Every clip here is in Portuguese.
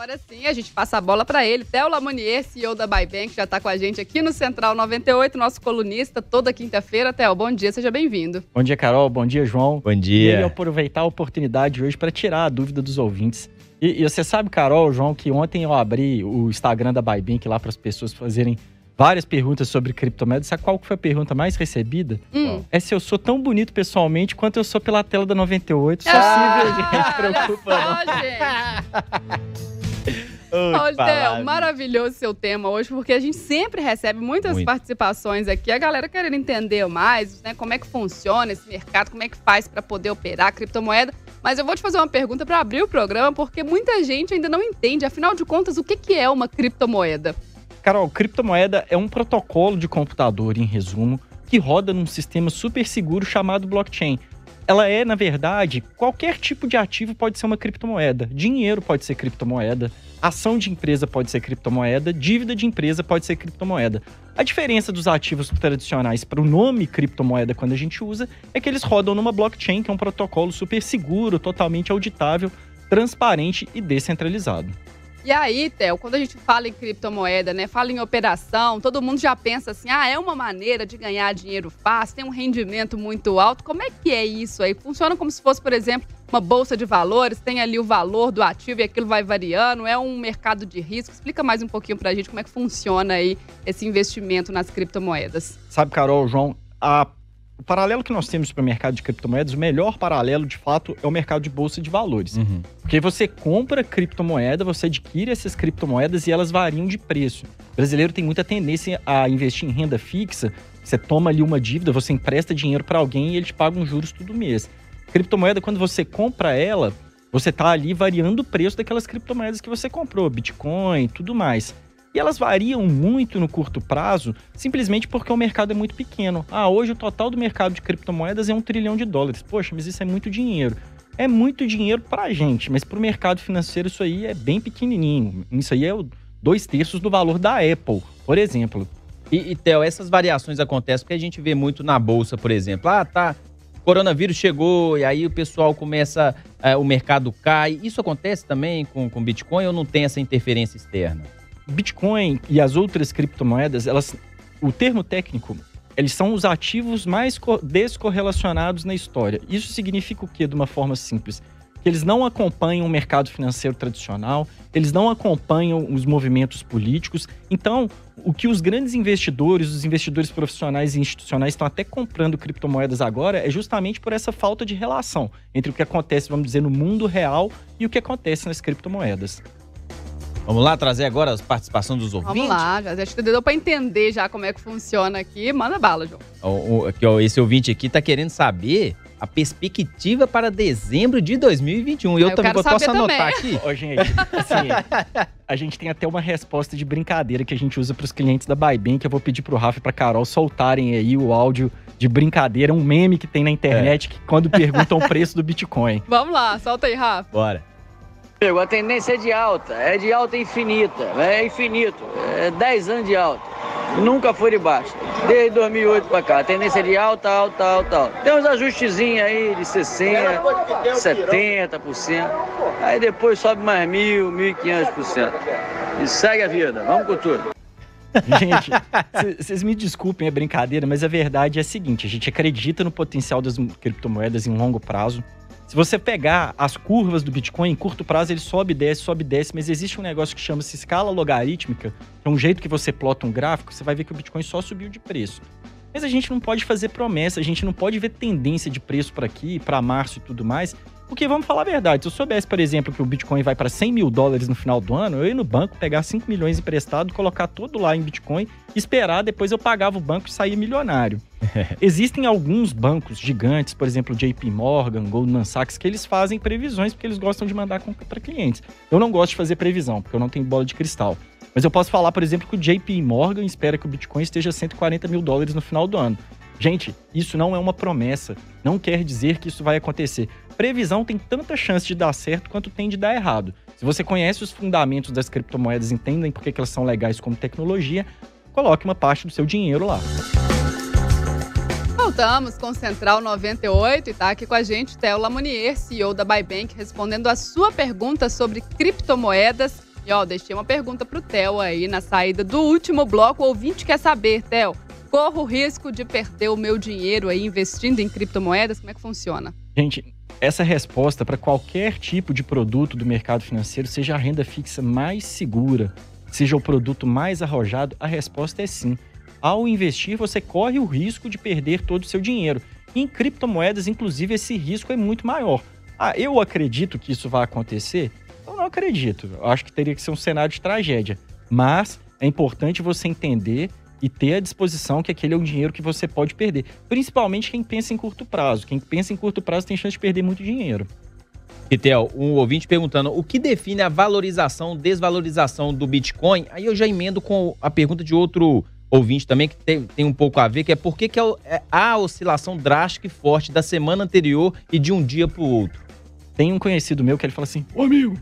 Agora sim, a gente passa a bola para ele. Theo Lamonier, CEO da Bybank, já está com a gente aqui no Central 98, nosso colunista, toda quinta-feira. Theo, bom dia, seja bem-vindo. Bom dia, Carol. Bom dia, João. Bom dia. E aí, eu aproveitar a oportunidade hoje para tirar a dúvida dos ouvintes. E você sabe, Carol, João, que ontem eu abri o Instagram da Bybank lá para as pessoas fazerem várias perguntas sobre criptomoedas. Sabe qual que foi a pergunta mais recebida? É se eu sou tão bonito pessoalmente quanto eu sou pela tela da 98. Só gente, preocupa não. Theo, maravilhoso seu tema hoje, porque a gente sempre recebe muitas participações aqui. A galera querendo entender mais, né, como é que funciona esse mercado, como é que faz para poder operar a criptomoeda. Mas eu vou te fazer uma pergunta para abrir o programa, porque muita gente ainda não entende, afinal de contas, o que é uma criptomoeda? Carol, criptomoeda é um protocolo de computador, em resumo, que roda num sistema super seguro chamado blockchain. Ela é, na verdade, qualquer tipo de ativo pode ser uma criptomoeda. Dinheiro pode ser criptomoeda, ação de empresa pode ser criptomoeda, dívida de empresa pode ser criptomoeda. A diferença dos ativos tradicionais para o nome criptomoeda, quando a gente usa, é que eles rodam numa blockchain, que é um protocolo super seguro, totalmente auditável, transparente e descentralizado. E aí, Theo, quando a gente fala em criptomoeda, né, fala em operação, todo mundo já pensa assim, é uma maneira de ganhar dinheiro fácil, tem um rendimento muito alto. Como é que é isso aí? Funciona como se fosse, por exemplo, uma bolsa de valores, tem ali o valor do ativo e aquilo vai variando, é um mercado de risco? Explica mais um pouquinho pra gente como é que funciona aí esse investimento nas criptomoedas. Sabe, Carol, João, o paralelo que nós temos para o mercado de criptomoedas, o melhor paralelo, de fato, é o mercado de bolsa de valores. Porque você compra criptomoeda, você adquire essas criptomoedas e elas variam de preço. O brasileiro tem muita tendência a investir em renda fixa. Você toma ali uma dívida, você empresta dinheiro para alguém e ele te paga uns juros todo mês. Criptomoeda, quando você compra ela, você está ali variando o preço daquelas criptomoedas que você comprou, Bitcoin e tudo mais. E elas variam muito no curto prazo, simplesmente porque o mercado é muito pequeno. Hoje o total do mercado de criptomoedas é $1 trilhão. Poxa, mas isso é muito dinheiro. É muito dinheiro pra gente, mas pro mercado financeiro isso aí é bem pequenininho. Isso aí é 2/3 do valor da Apple, por exemplo. E Theo, essas variações acontecem porque a gente vê muito na bolsa, por exemplo. Coronavírus chegou e aí o pessoal começa, o mercado cai. Isso acontece também com Bitcoin ou não tem essa interferência externa? Bitcoin e as outras criptomoedas, o termo técnico, eles são os ativos mais descorrelacionados na história. Isso significa o quê, de uma forma simples? Que eles não acompanham o mercado financeiro tradicional, eles não acompanham os movimentos políticos. Então, o que os grandes investidores, os investidores profissionais e institucionais estão até comprando criptomoedas agora é justamente por essa falta de relação entre o que acontece, vamos dizer, no mundo real e o que acontece nas criptomoedas. Vamos lá trazer agora a participação dos ouvintes? Vamos lá, já acho que deu para entender já como é que funciona aqui. Manda bala, João. Esse ouvinte aqui está querendo saber a perspectiva para dezembro de 2021. E eu também posso anotar aqui. Gente, assim, a gente tem até uma resposta de brincadeira que a gente usa para os clientes da Bybank. Eu vou pedir para o Rafa e para a Carol soltarem aí o áudio de brincadeira, um meme que tem na internet que quando perguntam o preço do Bitcoin. Vamos lá, solta aí, Rafa. Bora. A tendência é de alta infinita, é infinito, 10 anos de alta, nunca foi de baixo, desde 2008 para cá, a tendência é de alta. Tem uns ajustezinhos aí de 60%, 70%, aí depois sobe mais 1.000, 1.500%, e segue a vida, vamos com tudo. Gente, vocês me desculpem a brincadeira, mas a verdade é a seguinte, a gente acredita no potencial das criptomoedas em longo prazo. Se você pegar as curvas do Bitcoin, em curto prazo ele sobe e desce, mas existe um negócio que chama-se escala logarítmica, que é um jeito que você plota um gráfico, você vai ver que o Bitcoin só subiu de preço. Mas a gente não pode fazer promessa, a gente não pode ver tendência de preço para aqui, para março e tudo mais, porque vamos falar a verdade, se eu soubesse, por exemplo, que o Bitcoin vai para $100 mil no final do ano, eu ia no banco pegar 5 milhões emprestado, colocar todo lá em Bitcoin, esperar, depois eu pagava o banco e saía milionário. Existem alguns bancos gigantes, por exemplo, JP Morgan, Goldman Sachs, que eles fazem previsões porque eles gostam de mandar para clientes. Eu não gosto de fazer previsão, porque eu não tenho bola de cristal. Mas eu posso falar, por exemplo, que o JP Morgan espera que o Bitcoin esteja $140 mil no final do ano. Gente, isso não é uma promessa, não quer dizer que isso vai acontecer. Previsão tem tanta chance de dar certo quanto tem de dar errado. Se você conhece os fundamentos das criptomoedas, entendem por que elas são legais como tecnologia, coloque uma parte do seu dinheiro lá. Voltamos com o Central 98 e está aqui com a gente Theo Lamonier, CEO da Bybank, respondendo a sua pergunta sobre criptomoedas. E ó, deixei uma pergunta pro Theo aí na saída do último bloco. O ouvinte quer saber, Theo, corro o risco de perder o meu dinheiro aí investindo em criptomoedas? Como é que funciona? Gente, essa resposta para qualquer tipo de produto do mercado financeiro, seja a renda fixa mais segura, seja o produto mais arrojado, a resposta é sim. Ao investir, você corre o risco de perder todo o seu dinheiro. Em criptomoedas, inclusive, esse risco é muito maior. Eu acredito que isso vai acontecer? Eu não acredito. Eu acho que teria que ser um cenário de tragédia. Mas é importante você entender e ter à disposição que aquele é um dinheiro que você pode perder. Principalmente quem pensa em curto prazo. Quem pensa em curto prazo tem chance de perder muito dinheiro. E, Theo, um ouvinte perguntando o que define a valorização, desvalorização do Bitcoin? Aí eu já emendo com a pergunta de outro ouvinte também, que tem um pouco a ver, que é por que há oscilação drástica e forte da semana anterior e de um dia para o outro? Tem um conhecido meu que ele fala assim, ô amigo,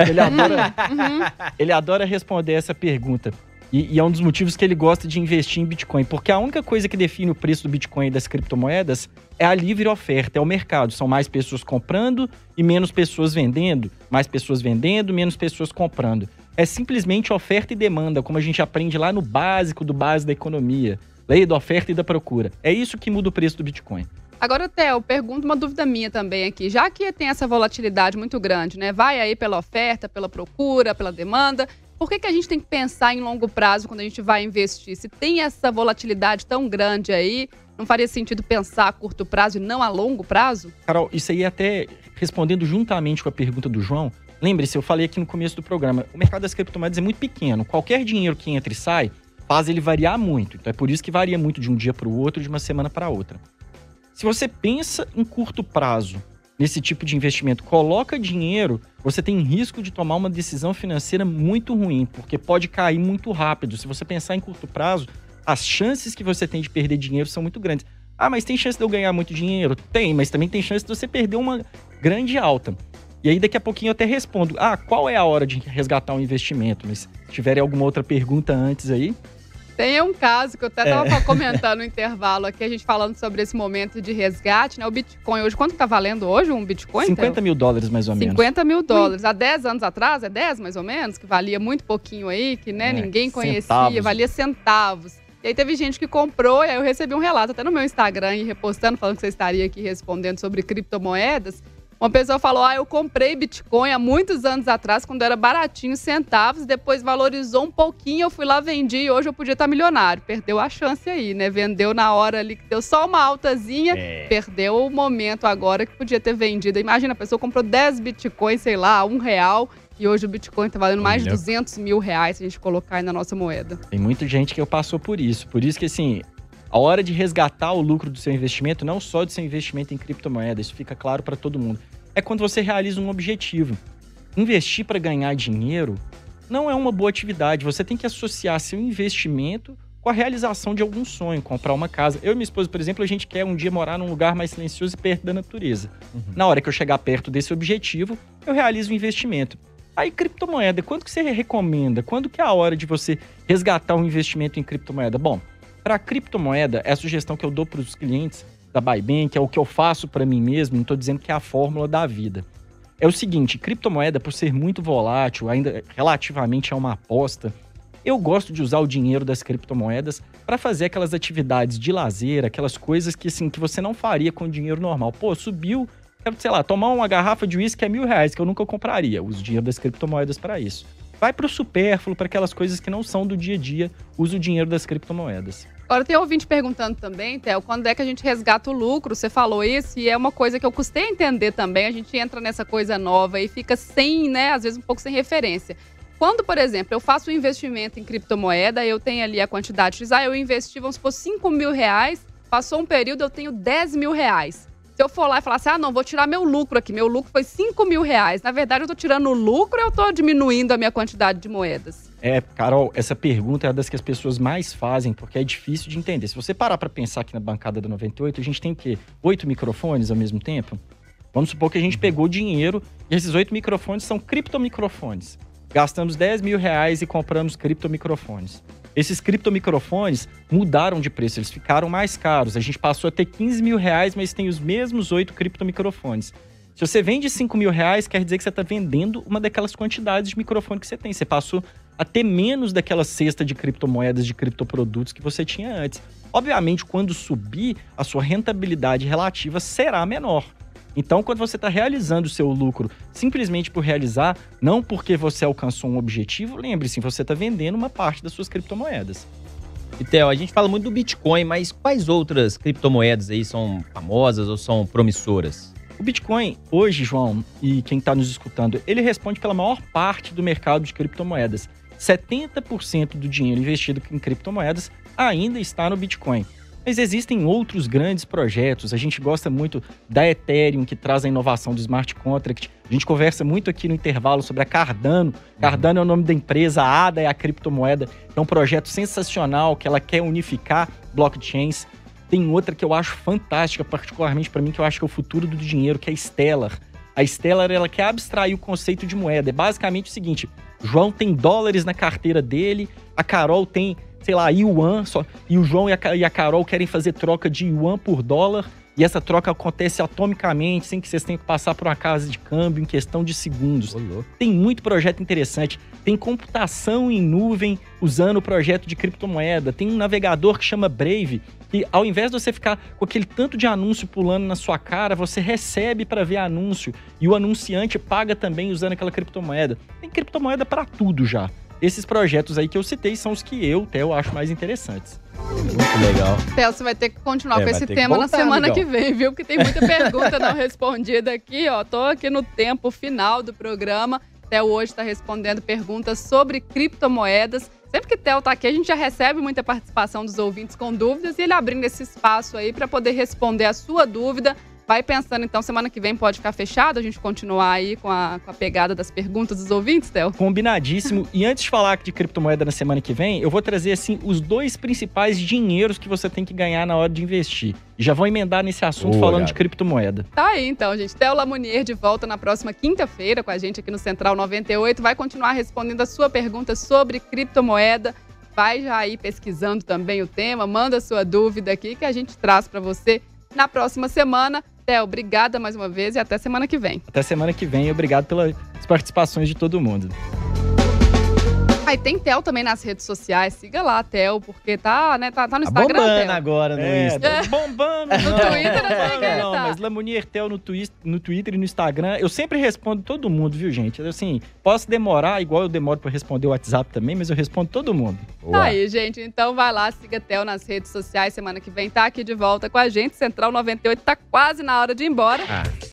ele adora responder essa pergunta. E é um dos motivos que ele gosta de investir em Bitcoin. Porque a única coisa que define o preço do Bitcoin e das criptomoedas é a livre oferta, é o mercado. São mais pessoas comprando e menos pessoas vendendo. Mais pessoas vendendo, menos pessoas comprando. É simplesmente oferta e demanda, como a gente aprende lá no básico do base da economia. Lei da oferta e da procura. É isso que muda o preço do Bitcoin. Agora, Theo, pergunto uma dúvida minha também aqui. Já que tem essa volatilidade muito grande, né? Vai aí pela oferta, pela procura, pela demanda. Por que a gente tem que pensar em longo prazo quando a gente vai investir? Se tem essa volatilidade tão grande aí, não faria sentido pensar a curto prazo e não a longo prazo? Carol, isso aí até respondendo juntamente com a pergunta do João, lembre-se, eu falei aqui no começo do programa, o mercado das criptomoedas é muito pequeno. Qualquer dinheiro que entra e sai faz ele variar muito. Então é por isso que varia muito de um dia para o outro, de uma semana para outra. Se você pensa em curto prazo, nesse tipo de investimento, coloca dinheiro, você tem risco de tomar uma decisão financeira muito ruim, porque pode cair muito rápido. Se você pensar em curto prazo, as chances que você tem de perder dinheiro são muito grandes. Mas tem chance de eu ganhar muito dinheiro? Tem, mas também tem chance de você perder uma grande alta. E aí daqui a pouquinho eu até respondo, qual é a hora de resgatar um investimento? Mas se tiverem alguma outra pergunta antes aí... Tem um caso que eu até estava comentando no intervalo aqui, a gente falando sobre esse momento de resgate, né? O Bitcoin hoje, quanto está valendo hoje um Bitcoin? 50 mil dólares mais ou menos. 50 mil dólares. Há 10 anos atrás, 10 mais ou menos, que valia muito pouquinho aí, que ninguém conhecia, centavos. Valia centavos. E aí teve gente que comprou, e aí eu recebi um relato até no meu Instagram, e repostando, falando que você estaria aqui respondendo sobre criptomoedas. Uma pessoa falou, eu comprei Bitcoin há muitos anos atrás, quando era baratinho, centavos, depois valorizou um pouquinho, eu fui lá, vendi e hoje eu podia estar milionário. Perdeu a chance aí, né? Vendeu na hora ali, que deu só uma altazinha, perdeu o momento agora que podia ter vendido. Imagina, a pessoa comprou 10 Bitcoins, sei lá, R$1, e hoje o Bitcoin tá valendo mais de 200 mil reais, se a gente colocar aí na nossa moeda. Tem muita gente que passou por isso que assim... A hora de resgatar o lucro do seu investimento, não só do seu investimento em criptomoedas, isso fica claro para todo mundo. É quando você realiza um objetivo. Investir para ganhar dinheiro não é uma boa atividade. Você tem que associar seu investimento com a realização de algum sonho, comprar uma casa. Eu e minha esposa, por exemplo, a gente quer um dia morar num lugar mais silencioso e perto da natureza. Na hora que eu chegar perto desse objetivo, eu realizo o investimento. Aí, criptomoeda, quando que você recomenda? Quando que é a hora de você resgatar um investimento em criptomoeda? Bom, para criptomoeda, é a sugestão que eu dou para os clientes da Buybank, é o que eu faço para mim mesmo, não estou dizendo que é a fórmula da vida. É o seguinte, criptomoeda, por ser muito volátil, ainda relativamente é uma aposta, eu gosto de usar o dinheiro das criptomoedas para fazer aquelas atividades de lazer, aquelas coisas que, assim, que você não faria com dinheiro normal. Pô, subiu, quero, sei lá, tomar uma garrafa de uísque é R$1.000, que eu nunca compraria. Uso o dinheiro das criptomoedas para isso. Vai para o supérfluo, para aquelas coisas que não são do dia a dia, usa o dinheiro das criptomoedas. Agora tem ouvinte perguntando também, Theo, quando é que a gente resgata o lucro? Você falou isso e é uma coisa que eu custei a entender também. A gente entra nessa coisa nova e fica sem, né, às vezes um pouco sem referência. Quando, por exemplo, eu faço um investimento em criptomoeda, eu tenho ali a quantidade X, eu investi, vamos supor, R$5.000, passou um período, eu tenho R$10.000. Se eu for lá e falar assim, não, vou tirar meu lucro aqui, meu lucro foi R$5.000. Na verdade, eu tô tirando o lucro ou eu tô diminuindo a minha quantidade de moedas? Carol, essa pergunta é uma das que as pessoas mais fazem, porque é difícil de entender. Se você parar para pensar aqui na bancada da 98, a gente tem o quê? 8 microfones ao mesmo tempo? Vamos supor que a gente pegou dinheiro e esses 8 microfones são criptomicrofones. Gastamos R$10.000 e compramos criptomicrofones. Esses criptomicrofones mudaram de preço, eles ficaram mais caros. A gente passou a ter R$15.000, mas tem os mesmos 8 criptomicrofones. Se você vende 5 mil reais, quer dizer que você está vendendo uma daquelas quantidades de microfone que você tem. Você passou a ter menos daquela cesta de criptomoedas, de criptoprodutos que você tinha antes. Obviamente, quando subir, a sua rentabilidade relativa será menor. Então, quando você está realizando o seu lucro simplesmente por realizar, não porque você alcançou um objetivo, lembre-se, você está vendendo uma parte das suas criptomoedas. E, Theo, a gente fala muito do Bitcoin, mas quais outras criptomoedas aí são famosas ou são promissoras? O Bitcoin, hoje, João, e quem está nos escutando, ele responde pela maior parte do mercado de criptomoedas. 70% do dinheiro investido em criptomoedas ainda está no Bitcoin. Mas existem outros grandes projetos. A gente gosta muito da Ethereum, que traz a inovação do Smart Contract. A gente conversa muito aqui no intervalo sobre a Cardano. Cardano é o nome da empresa, a ADA é a criptomoeda. É um projeto sensacional que ela quer unificar blockchains. Tem outra que eu acho fantástica, particularmente para mim, que eu acho que é o futuro do dinheiro, que é a Stellar. A Stellar, ela quer abstrair o conceito de moeda. É basicamente o seguinte: João tem dólares na carteira dele, a Carol tem, sei lá, yuan, e o João e a Carol querem fazer troca de yuan por dólar, e essa troca acontece atomicamente, sem que vocês tenham que passar por uma casa de câmbio em questão de segundos. Tem muito projeto interessante. Tem computação em nuvem usando o projeto de criptomoeda. Tem um navegador que chama Brave, que ao invés de você ficar com aquele tanto de anúncio pulando na sua cara, você recebe para ver anúncio. E o anunciante paga também usando aquela criptomoeda. Tem criptomoeda para tudo já. Esses projetos aí que eu citei são os que eu, Theo, acho mais interessantes. Muito legal. Theo, você vai ter que continuar com esse tema na semana que vem, viu? Porque tem muita pergunta não respondida aqui, ó. Tô aqui no tempo final do programa. Theo hoje está respondendo perguntas sobre criptomoedas. Sempre que Theo tá aqui, a gente já recebe muita participação dos ouvintes com dúvidas e ele abrindo esse espaço aí para poder responder a sua dúvida. Vai pensando, então, semana que vem pode ficar fechado, a gente continuar aí com a pegada das perguntas dos ouvintes, Theo? Combinadíssimo. E antes de falar de criptomoeda na semana que vem, eu vou trazer, assim, os 2 principais dinheiros que você tem que ganhar na hora de investir. E já vou emendar nesse assunto falando de criptomoeda. Tá aí, então, gente. Theo Lamounier de volta na próxima quinta-feira com a gente aqui no Central 98. Vai continuar respondendo a sua pergunta sobre criptomoeda. Vai já aí pesquisando também o tema, manda a sua dúvida aqui que a gente traz para você na próxima semana. Theo, obrigada mais uma vez e até semana que vem. Até semana que vem e obrigado pelas participações de todo mundo. Aí tem Theo também nas redes sociais. Siga lá, Theo, porque tá no Instagram, bombando Theo. agora no Insta. Bombando. No Twitter, não, mas Lamounier Theo no Twitter e no Instagram. Eu sempre respondo todo mundo, viu, gente? Assim, posso demorar, igual eu demoro pra responder o WhatsApp também, mas eu respondo todo mundo. Tá aí, gente. Então vai lá, siga Theo nas redes sociais. Semana que vem tá aqui de volta com a gente. Central 98 tá quase na hora de ir embora.